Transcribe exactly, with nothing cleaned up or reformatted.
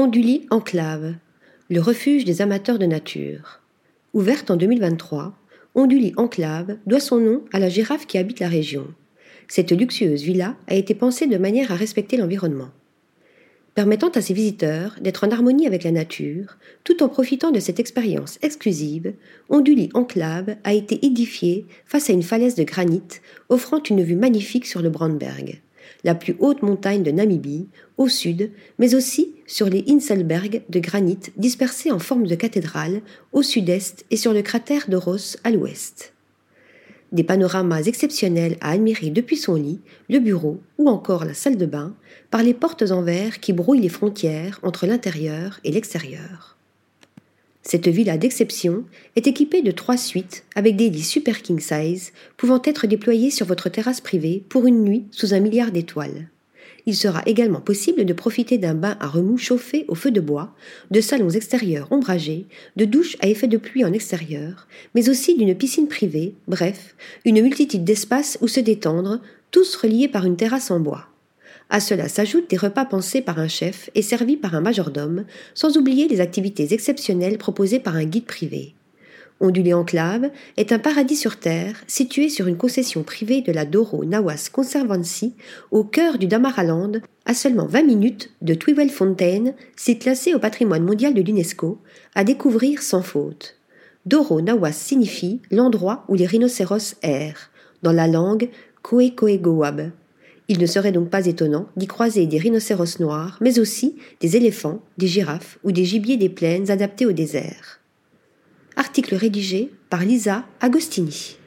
Onduli Enclave, le refuge des amateurs de nature. Ouverte en deux mille vingt-trois, Onduli Enclave doit son nom à la girafe qui habite la région. Cette luxueuse villa a été pensée de manière à respecter l'environnement, permettant à ses visiteurs d'être en harmonie avec la nature, tout en profitant de cette expérience exclusive. Onduli Enclave a été édifiée face à une falaise de granit, offrant une vue magnifique sur le Brandberg, la plus haute montagne de Namibie, au sud, mais aussi sur les Inselberg de granit dispersés en forme de cathédrale au sud-est et sur le cratère de Ross à l'ouest. Des panoramas exceptionnels à admirer depuis son lit, le bureau ou encore la salle de bain, par les portes en verre qui brouillent les frontières entre l'intérieur et l'extérieur. Cette villa d'exception est équipée de trois suites avec des lits super king size pouvant être déployés sur votre terrasse privée pour une nuit sous un milliard d'étoiles. Il sera également possible de profiter d'un bain à remous chauffé au feu de bois, de salons extérieurs ombragés, de douches à effet de pluie en extérieur, mais aussi d'une piscine privée, bref, une multitude d'espaces où se détendre, tous reliés par une terrasse en bois. À cela s'ajoutent des repas pensés par un chef et servis par un majordome, sans oublier les activités exceptionnelles proposées par un guide privé. Onduli Enclave est un paradis sur terre situé sur une concession privée de la Doro Nawas Conservancy au cœur du Damaraland, à seulement vingt minutes de Tweefontein, site classé au patrimoine mondial de l'UNESCO, à découvrir sans faute. Doro Nawas signifie l'endroit où les rhinocéros errent, dans la langue Koekoegoab. Il ne serait donc pas étonnant d'y croiser des rhinocéros noirs, mais aussi des éléphants, des girafes ou des gibiers des plaines adaptés au désert. Article rédigé par Lisa Agostini.